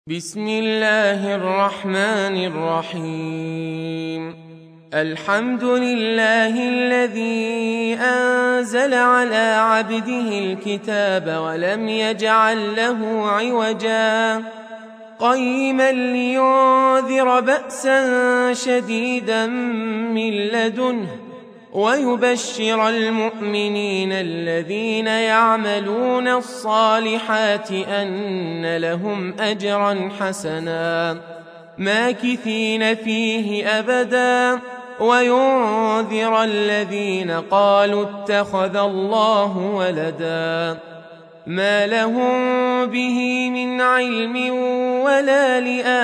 بسم الله الرحمن الرحيم. الحمد لله الذي أنزل على عبده الكتاب ولم يجعل له عوجا قيما لينذر بأسا شديدا من لدنه ويبشر المؤمنين الذين يعملون الصالحات أن لهم أجرا حسنا ماكثين فيه أبدا وينذر الذين قالوا اتخذ الله ولدا ما لهم به من علم ولا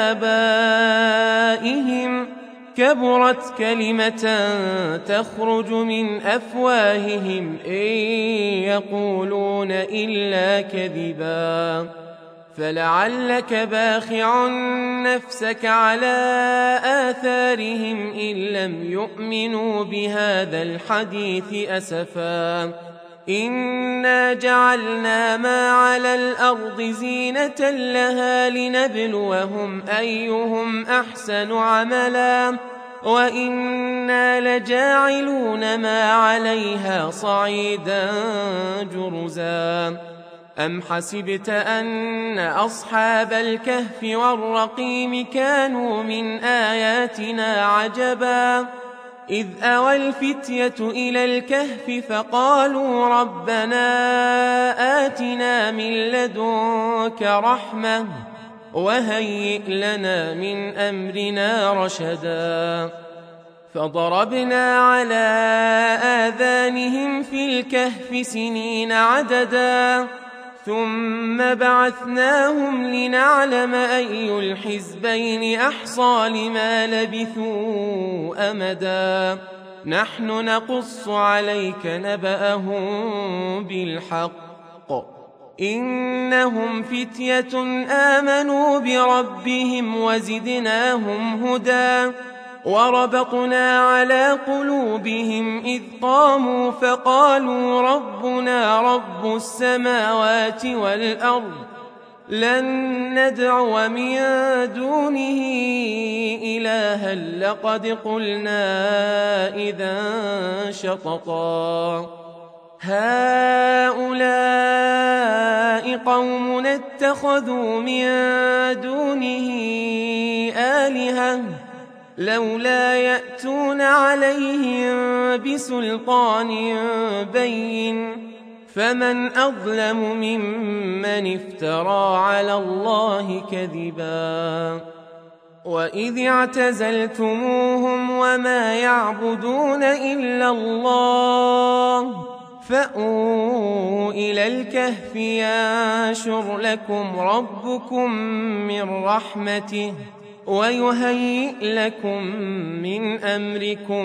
لآبائهم كبرت كلمة تخرج من أفواههم إن يقولون إلا كذبا فلعلك باخع نفسك على آثارهم إن لم يؤمنوا بهذا الحديث أسفا إنا جعلنا ما على الأرض زينة لها لنبلوهم أيهم أحسن عملا وإنا لجاعلون ما عليها صعيدا جرزا أم حسبت أن أصحاب الكهف والرقيم كانوا من آياتنا عجبا إذ أوى الفتية إلى الكهف فقالوا ربنا آتنا من لدنك رحمة وهيئ لنا من أمرنا رشدا فضربنا على آذانهم في الكهف سنين عددا ثم بعثناهم لنعلم أي الحزبين أحصى لما لبثوا أمدا نحن نقص عليك نبأهم بالحق إنهم فتية آمنوا بربهم وزدناهم هدى وربطنا على قلوبهم إذ قاموا فقالوا ربنا رب السماوات والأرض لن ندعو من دونه إلها لقد قلنا إذا شططا هؤلاء قوم اتخذوا من دونه آلهة لولا يأتون عليهم بسلطان بين فمن أظلم ممن افترى على الله كذبا وإذ اعتزلتموهم وما يعبدون إلا الله فأووا إلى الكهف ينشر لكم ربكم من رحمته ويهيئ لكم من أمركم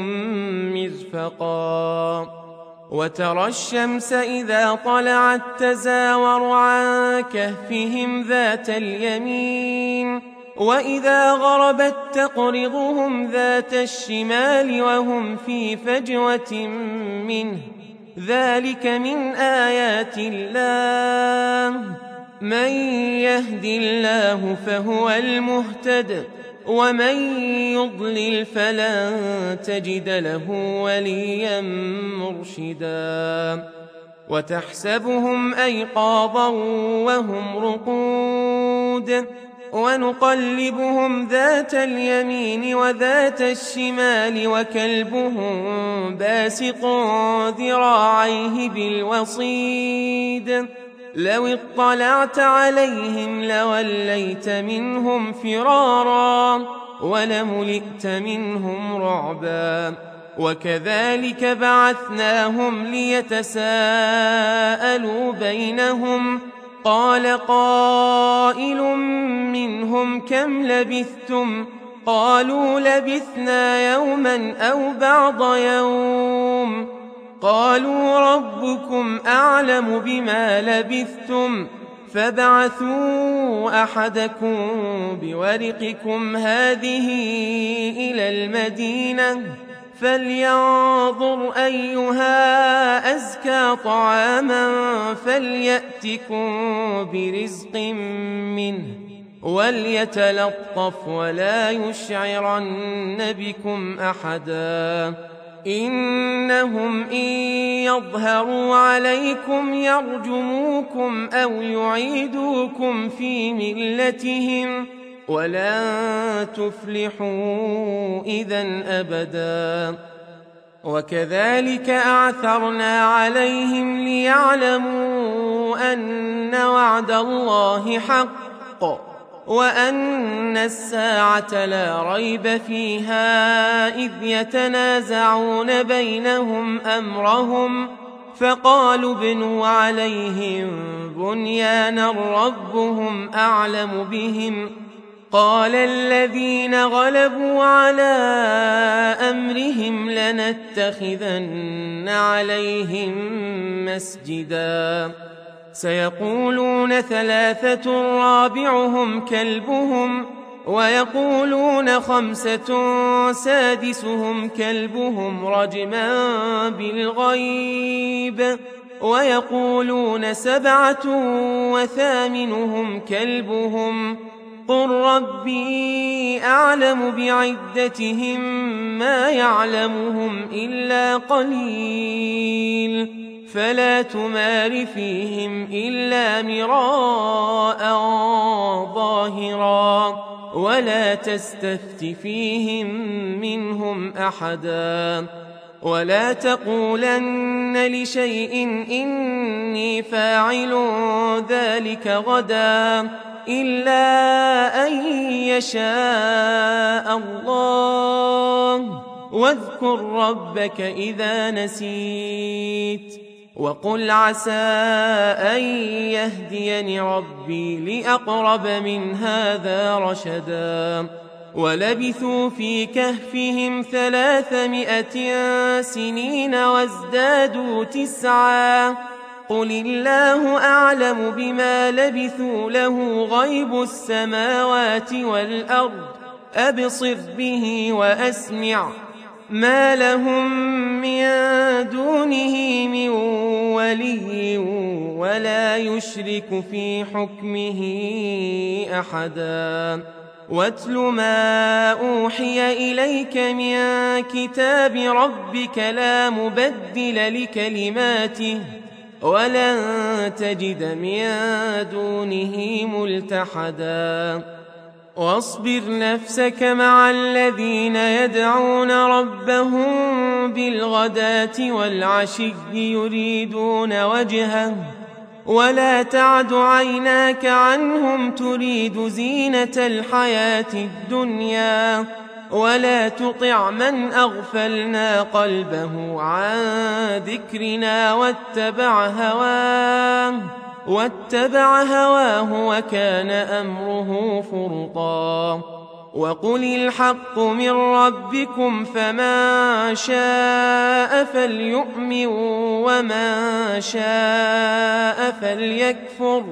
مرفقا وترى الشمس إذا طلعت تزاور عن كهفهم ذات اليمين وإذا غربت تقرضهم ذات الشمال وهم في فجوة منه ذلك من آيات الله من يهد الله فهو المهتد ومن يضلل فلن تجد له وليا مرشدا وتحسبهم أيقاظا وهم رقود ونقلبهم ذات اليمين وذات الشمال وكلبهم باسط ذراعيه بالوصيد لو اطلعت عليهم لوليت منهم فرارا ولملئت منهم رعبا وكذلك بعثناهم ليتساءلوا بينهم قال قائل منهم كم لبثتم قالوا لبثنا يوما أو بعض يوم قالوا ربكم أعلم بما لبثتم فابعثوا أحدكم بورقكم هذه إلى المدينة فلينظر أيها أزكى طعاما فليأتكم برزق منه وليتلطف ولا يشعرن بكم أحدا إنهم إن يظهروا عليكم يرجموكم أو يعيدوكم في ملتهم ولن تفلحوا إذن أبدا وكذلك أعثرنا عليهم ليعلموا أن وعد الله حق وأن الساعة لا ريب فيها إذ يتنازعون بينهم أمرهم فقالوا ابنوا عليهم بنيانا ربهم أعلم بهم قال الذين غلبوا على أمرهم لنتخذن عليهم مسجدا سيقولون 3 رابعهم كلبهم ويقولون 5 سادسهم كلبهم رجما بالغيب ويقولون 7 وثامنهم كلبهم قل ربي أعلم بعدتهم ما يعلمهم إلا قليل فلا تمار فيهم إلا مراء ظاهرا ولا تستفت فيهم منهم أحدا ولا تقولن لشيء إني فاعل ذلك غدا إلا أن يشاء الله واذكر ربك إذا نسيت وقل عسى أن يهديني ربي لأقرب من هذا رشدا ولبثوا في كهفهم 300 سنين وازدادوا 9 قل الله أعلم بما لبثوا له غيب السماوات والأرض أبصر به وأسمع ما لهم من دونه من ولي ولا يشرك في حكمه أحدا واتل ما أوحي إليك من كتاب ربك لا مبدل لكلماته ولن تجد من دونه ملتحدا واصبر نفسك مع الذين يدعون ربهم بالغداة والعشي يريدون وجهه ولا تعد عيناك عنهم تريد زينة الحياة الدنيا ولا تطع من أغفلنا قلبه عن ذكرنا واتبع هواه وكان أمره فرطا وقل الحق من ربكم فمن شاء فليؤمن ومن شاء فليكفر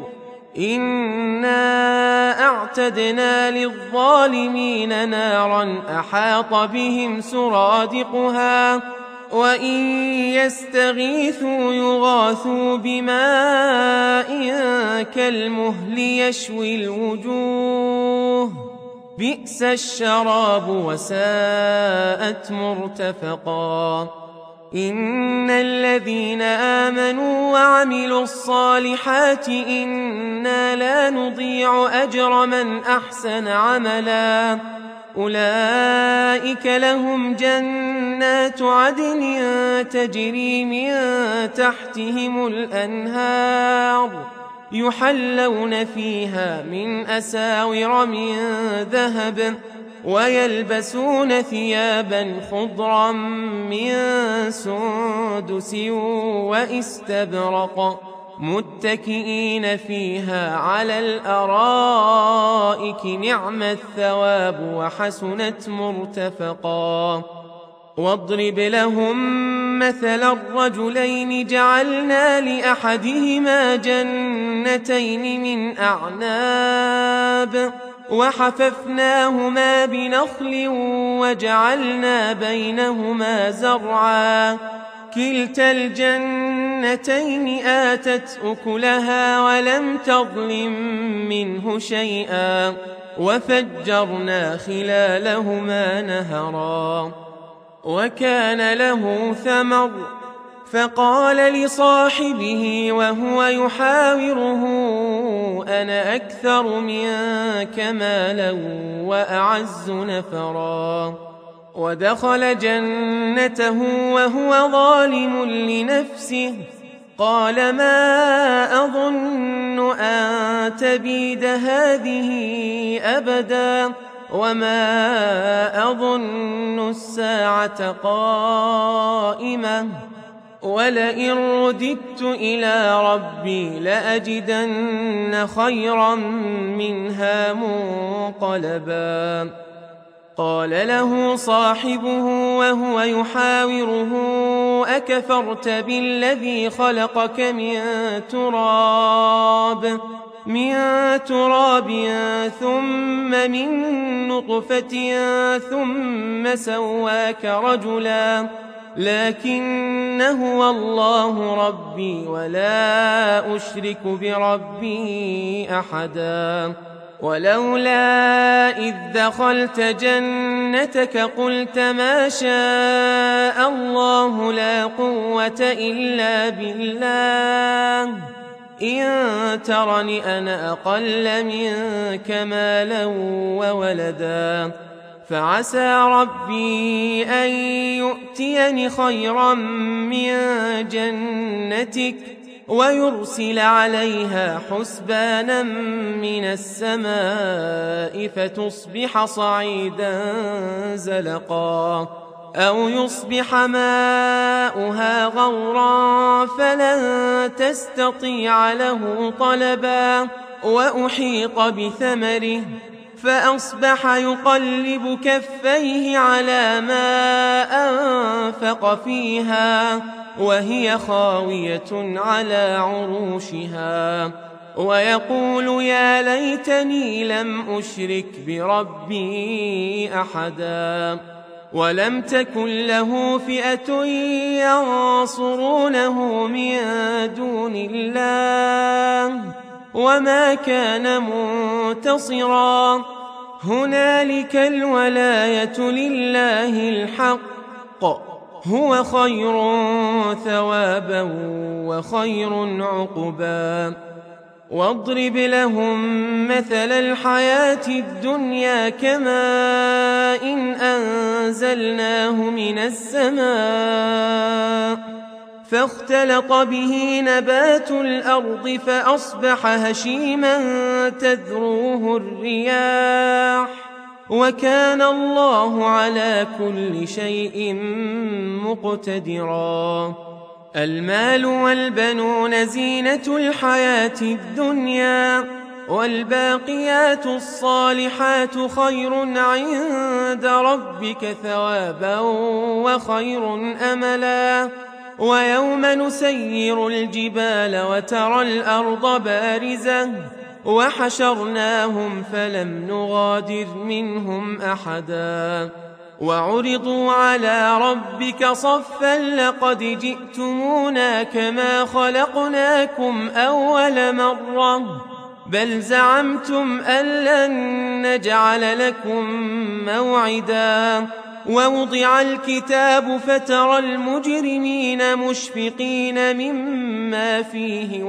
إنا أعتدنا للظالمين نارا أحاط بهم سرادقها وإن يستغيثوا يغاثوا بماء كالمهل يشوي الوجوه بئس الشراب وساءت مرتفقا إن الذين آمنوا وعملوا الصالحات إنا لا نضيع أجر من أحسن عملا أولئك لهم جنات عدن تجري من تحتهم الأنهار يحلون فيها من أساور من ذهب ويلبسون ثيابا خضرا من سندس واستبرق متكئين فيها على الأرائك نعم الثواب وحسنت مرتفقا واضرب لهم مثل الرجلين جعلنا لأحدهما جنتين من أعناب وحففناهما بنخل وجعلنا بينهما زرعا كلتا الجنتين جنتين آتت أكلها ولم تظلم منه شيئا وفجرنا خلالهما نهرا وكان له ثمر فقال لصاحبه وهو يحاوره أنا أكثر منك مالا وأعز نفرا ودخل جنته وهو ظالم لنفسه قال ما أظن أن تبيد هذه أبدا وما أظن الساعة قائمة ولئن رددت إلى ربي لأجدن خيرا منها منقلبا قال له صاحبه وهو يحاوره أكفرت بالذي خلقك من تراب ثم من نطفة ثم سواك رجلا لكن هو الله ربي ولا أشرك بربي أحدا ولولا إذ دخلت جنتك قلت ما شاء الله لا قوة إلا بالله إن ترني أنا أقل منك مالا وولدا فعسى ربي أن يؤتيني خيرا من جنتك ويرسل عليها حسبانا من السماء فتصبح صعيدا زلقا أو يصبح ماؤها غورا فلن تستطيع له طلبا وأحيط بثمره فأصبح يقلب كفيه على ما أنفق فيها وهي خاوية على عروشها ويقول يا ليتني لم أشرك بربي أحدا ولم تكن له فئة ينصرونه من دون الله وما كان منتصرا هنالك الولاية لله الحق هو خير ثوابا وخير عقبا واضرب لهم مثل الحياة الدنيا كماء إن أنزلناه من السماء فاختلط به نبات الأرض فأصبح هشيما تذروه الرياح وكان الله على كل شيء مقتدرا المال والبنون زينة الحياة الدنيا والباقيات الصالحات خير عند ربك ثوابا وخير أملا ويوم نسير الجبال وترى الأرض بارزة وحشرناهم فلم نغادر منهم أحدا وعرضوا على ربك صفا لقد جئتمونا كما خلقناكم أول مرة بل زعمتم أن لن نجعل لكم موعدا ووضع الكتاب فترى المجرمين مشفقين مما فيه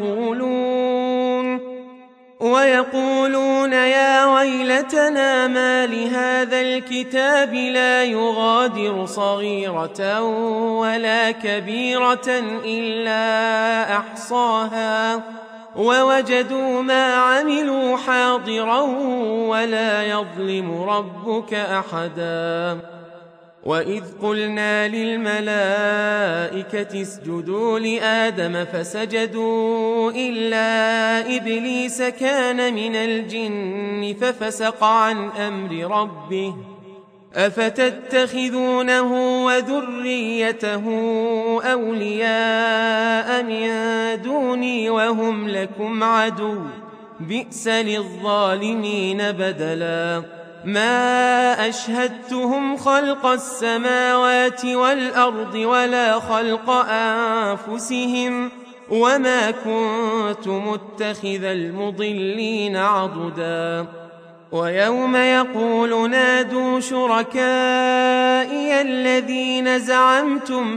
ويقولون يا ويلتنا ما لهذا الكتاب لا يغادر صغيرة ولا كبيرة إلا أحصاها ووجدوا ما عملوا حاضرا ولا يظلم ربك أحدا وإذ قلنا للملائكة اسجدوا لآدم فسجدوا إلا إبليس كان من الجن ففسق عن أمر ربه أفتتخذونه وذريته أولياء من دوني وهم لكم عدو بئس للظالمين بدلا ما أشهدتهم خلق السماوات والأرض ولا خلق أنفسهم وما كنت متخذ المضلين عضدا ويوم يقول نادوا شركائي الذين زعمتم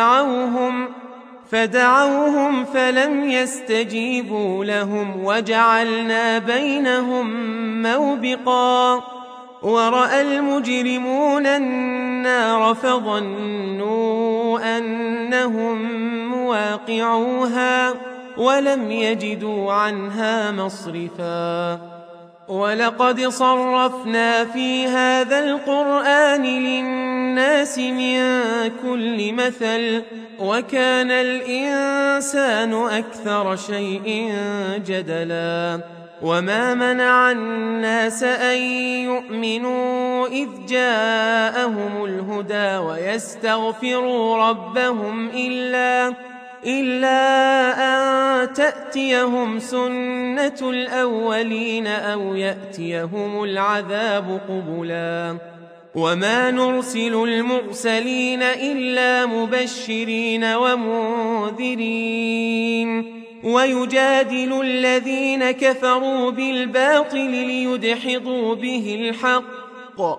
فدعوهم فلم يستجيبوا لهم وجعلنا بينهم موبقا ورأى المجرمون النار فظنوا أنهم مواقعوها ولم يجدوا عنها مصرفا ولقد صرفنا في هذا القرآن للناس من كل مثل وكان الإنسان أكثر شيء جدلا وما منع الناس أن يؤمنوا إذ جاءهم الهدى ويستغفروا ربهم إلا أن تأتيهم سنة الأولين أو يأتيهم العذاب قبلا وما نرسل المرسلين إلا مبشرين ومنذرين ويجادل الذين كفروا بالباطل ليدحضوا به الحق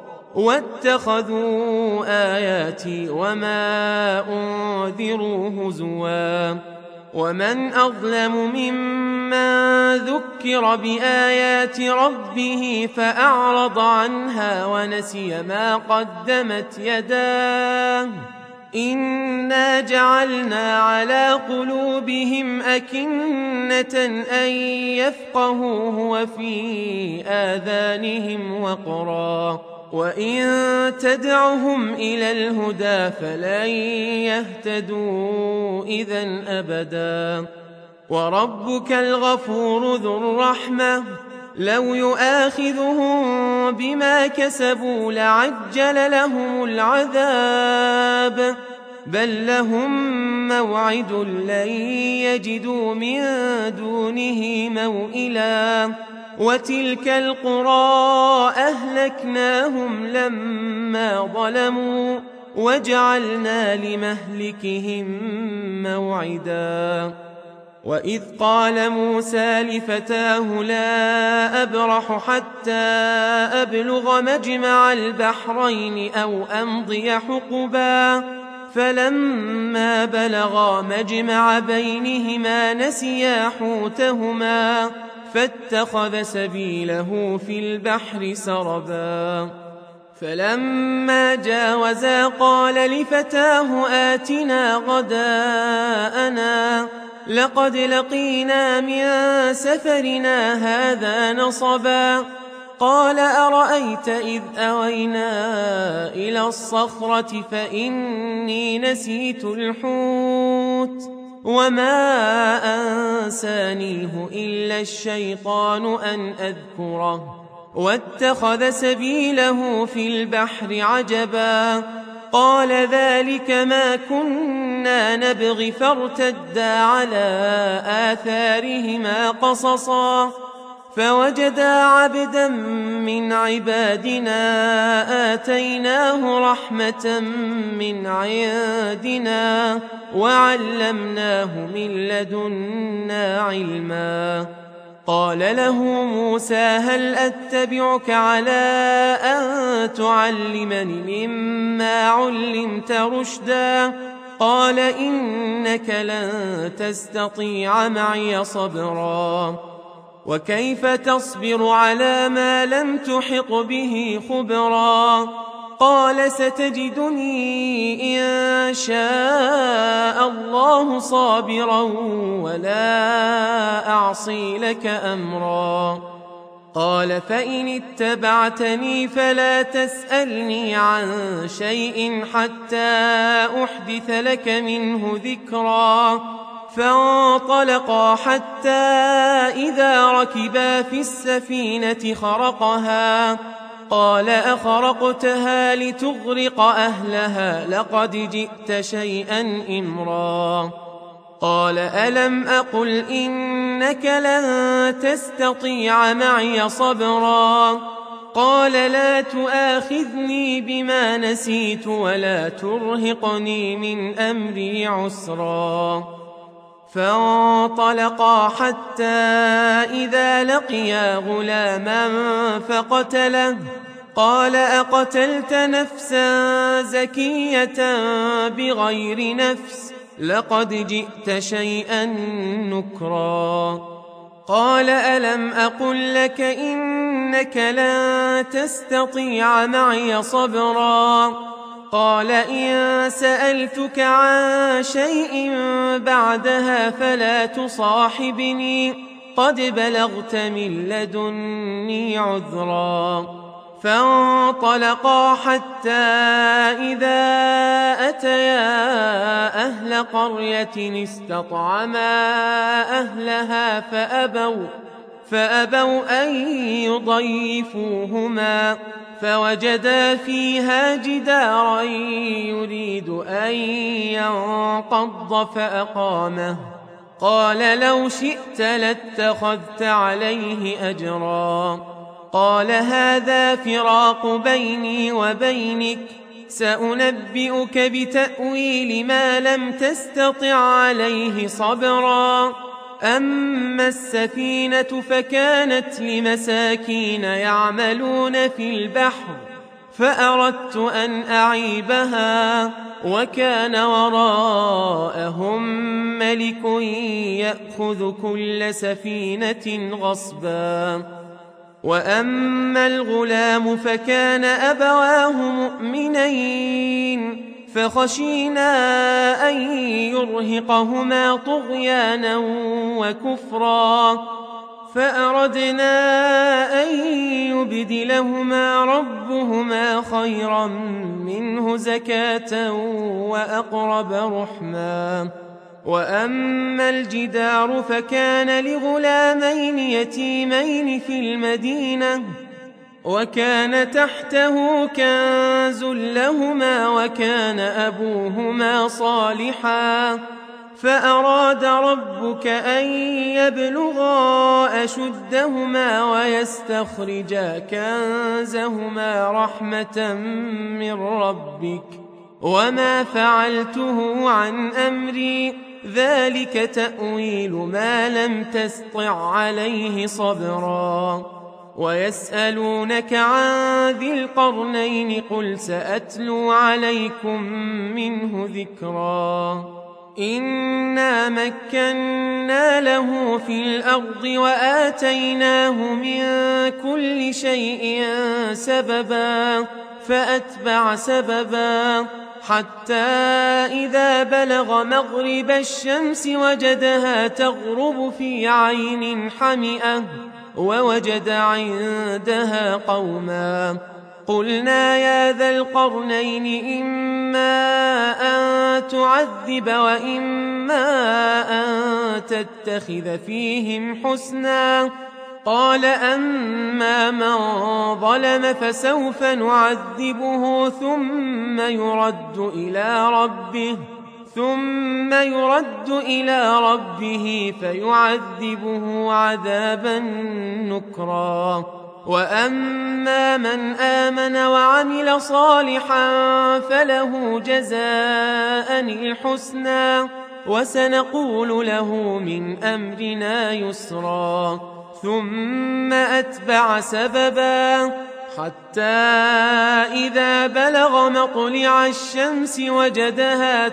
واتخذوا آياتي وما أنذروا هزوا ومن أظلم ممن ذكر بآيات ربه فأعرض عنها ونسي ما قدمت يداه إنا جعلنا على قلوبهم أكنة أن يفقهوه وفي آذانهم وقرا وإن تدعهم إلى الهدى فلن يهتدوا إذن أبدا وربك الغفور ذو الرحمة لو يؤاخذهم بما كسبوا لعجل لهم العذاب بل لهم موعد لن يجدوا من دونه موئلا وتلك القرى أهلكناهم لما ظلموا وجعلنا لمهلكهم موعدا وإذ قال موسى لفتاه لا أبرح حتى أبلغ مجمع البحرين أو أمضي حقبا فلما بلغا مجمع بينهما نسيا حوتهما فاتخذ سبيله في البحر سربا فلما جاوزا قال لفتاه آتنا غداءنا لقد لقينا من سفرنا هذا نصبا قال أرأيت إذ أوينا إلى الصخرة فإني نسيت الحوت وما أنسانيه إلا الشيطان أن أذكره واتخذ سبيله في البحر عجبا قال ذلك ما كنا نبغي فارتدا على آثارهما قصصا فوجدا عبدا من عبادنا آتيناه رحمة من عندنا وعلمناه من لدنا علما قال له موسى هل أتبعك على أن تعلمني مما علمت رشدا قال إنك لن تستطيع معي صبرا وكيف تصبر على ما لم تحط به خبرا قال ستجدني إن شاء الله صابرا ولا أعصي لك أمرا قال فإن اتبعتني فلا تسألني عن شيء حتى أحدث لك منه ذكرا فانطلقا حتى إذا ركبا في السفينة خرقها قال أخرقتها لتغرق أهلها لقد جئت شيئا إمرا قال ألم أقل إنك لن تستطيع معي صبرا قال لا تؤاخذني بما نسيت ولا ترهقني من أمري عسرا. فانطلقا حتى إذا لقيا غلاما فقتله قال أقتلت نفسا زكية بغير نفس لقد جئت شيئا نكرا. قال ألم أقل لك إنك لن تستطيع معي صبرا. قال إن سألتك عن شيء بعدها فلا تصاحبني قد بلغت من لدني عذرا. فانطلقا حتى إذا أتيا أهل قرية استطعما أهلها فأبوا أن يضيفوهما فوجدا فيها جدارا يريد أن ينقض فأقامه. قال لو شئت لاتخذت عليه أجرا. قال هذا فراق بيني وبينك سأنبئك بتأويل ما لم تستطع عليه صبرا. أما السفينة فكانت لمساكين يعملون في البحر فأردت أن أعيبها وكان وراءهم ملك يأخذ كل سفينة غصبا. وأما الغلام فكان أبواه مؤمنين فخشينا أن يرهقهما طغيانا وكفرا فأردنا أن يبدلهما ربهما خيرا منه زكاة وأقرب رحما. وأما الجدار فكان لغلامين يتيمين في المدينة وكان تحته كنز لهما وكان أبوهما صالحا فأراد ربك أن يبلغا أشدهما ويستخرجا كنزهما رحمة من ربك وما فعلته عن أمري ذلك تأويل ما لم تسطع عليه صبرا. ويسألونك عن ذي القرنين قل سأتلو عليكم منه ذكرا. إنا مكنا له في الأرض وآتيناه من كل شيء سببا فأتبع سببا حتى إذا بلغ مغرب الشمس وجدها تغرب في عين حمئة ووجد عندها قوما. قلنا يا ذا القرنين إما أن تعذب وإما أن تتخذ فيهم حسنا. قال أما من ظلم فسوف نعذبه ثم يرد إلى ربه فيعذبه عذابا نكرا. وأما من آمن وعمل صالحا فله جزاء الحسنى وسنقول له من أمرنا يسرا. ثم أتبع سببا حتى إذا بلغ مطلع الشمس وجدها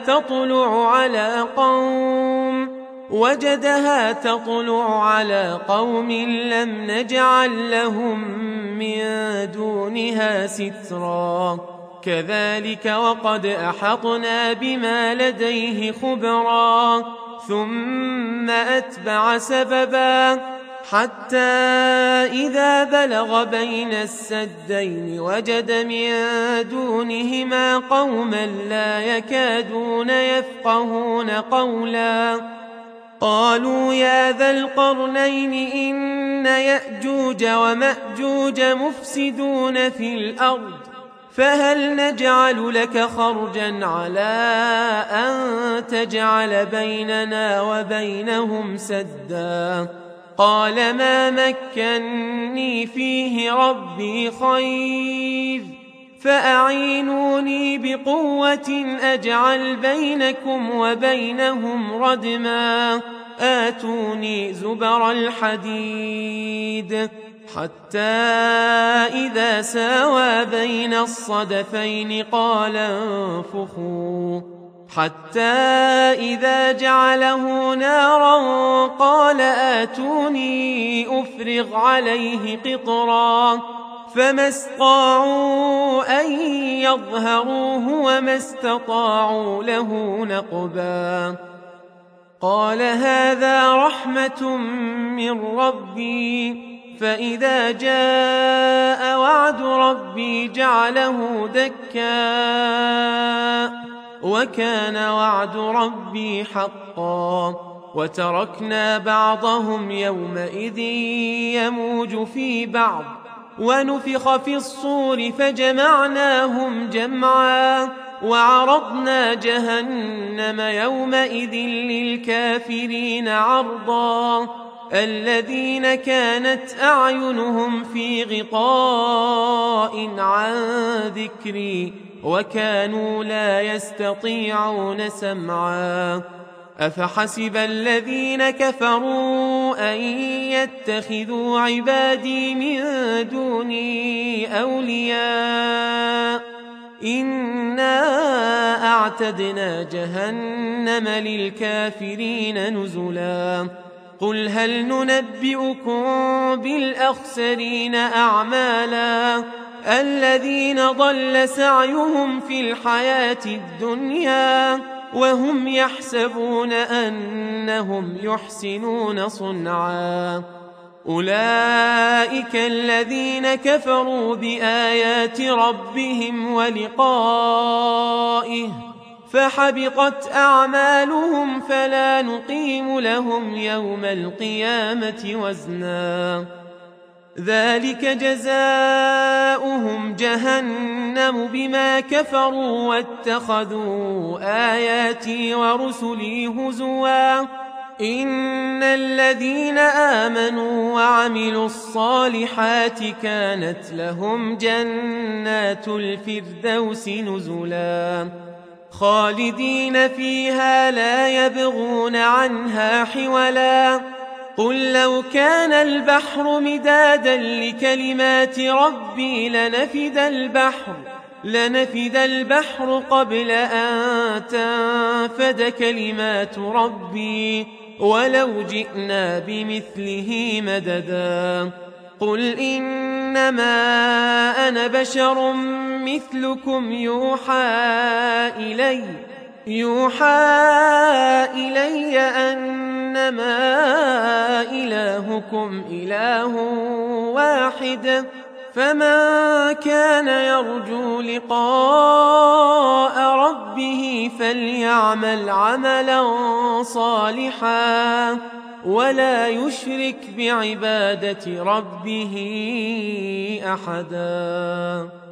تطلع على قوم لم نجعل لهم من دونها سترا. كذلك وقد أحطنا بما لديه خبرا. ثم أتبع سببا حتى إذا بلغ بين السدين وجد من دونهما قوما لا يكادون يفقهون قولا. قالوا يا ذا القرنين إن يأجوج ومأجوج مفسدون في الأرض فهل نجعل لك خرجا على أن تجعل بيننا وبينهم سدا. قال ما مكني فيه ربي خير فأعينوني بقوة أجعل بينكم وبينهم ردما آتوني زبر الحديد حتى إذا ساوى بين الصدفين قال انفخوا حتى إذا جعله نارا قال آتوني أفرغ عليه قطرا فما استطاعوا أن يظهروه وما استطاعوا له نقبا قال هذا رحمة من ربي فإذا جاء وعد ربي جعله دكا وكان وعد ربي حقا وتركنا بعضهم يومئذ يموج في بعض ونفخ في الصور فجمعناهم جمعا وعرضنا جهنم يومئذ للكافرين عرضا الذين كانت أعينهم في غطاء عن ذكري وكانوا لا يستطيعون سمعا أفحسب الذين كفروا أن يتخذوا عبادي من دوني أولياء إنا أعتدنا جهنم للكافرين نزلا قل هل ننبئكم بالأخسرين أعمالا الذين ضل سعيهم في الحياة الدنيا وهم يحسبون أنهم يحسنون صنعا أولئك الذين كفروا بآيات ربهم ولقائه فحبطت أعمالهم فلا نقيم لهم يوم القيامة وزنا ذلك جزاؤهم جهنم بما كفروا واتخذوا آياتي ورسلي هزوا إن الذين آمنوا وعملوا الصالحات كانت لهم جنات الفردوس نزلا خالدين فيها لا يبغون عنها حولا قل لو كان البحر مدادا لكلمات ربي لنفد البحر قبل أن تنفد كلمات ربي ولو جئنا بمثله مددا قل إنما أنا بشر مثلكم يوحى إلي أنما إلهكم إله واحد فمن كان يرجو لقاء ربه فليعمل عملا صالحا ولا يشرك بعبادة ربه أحدا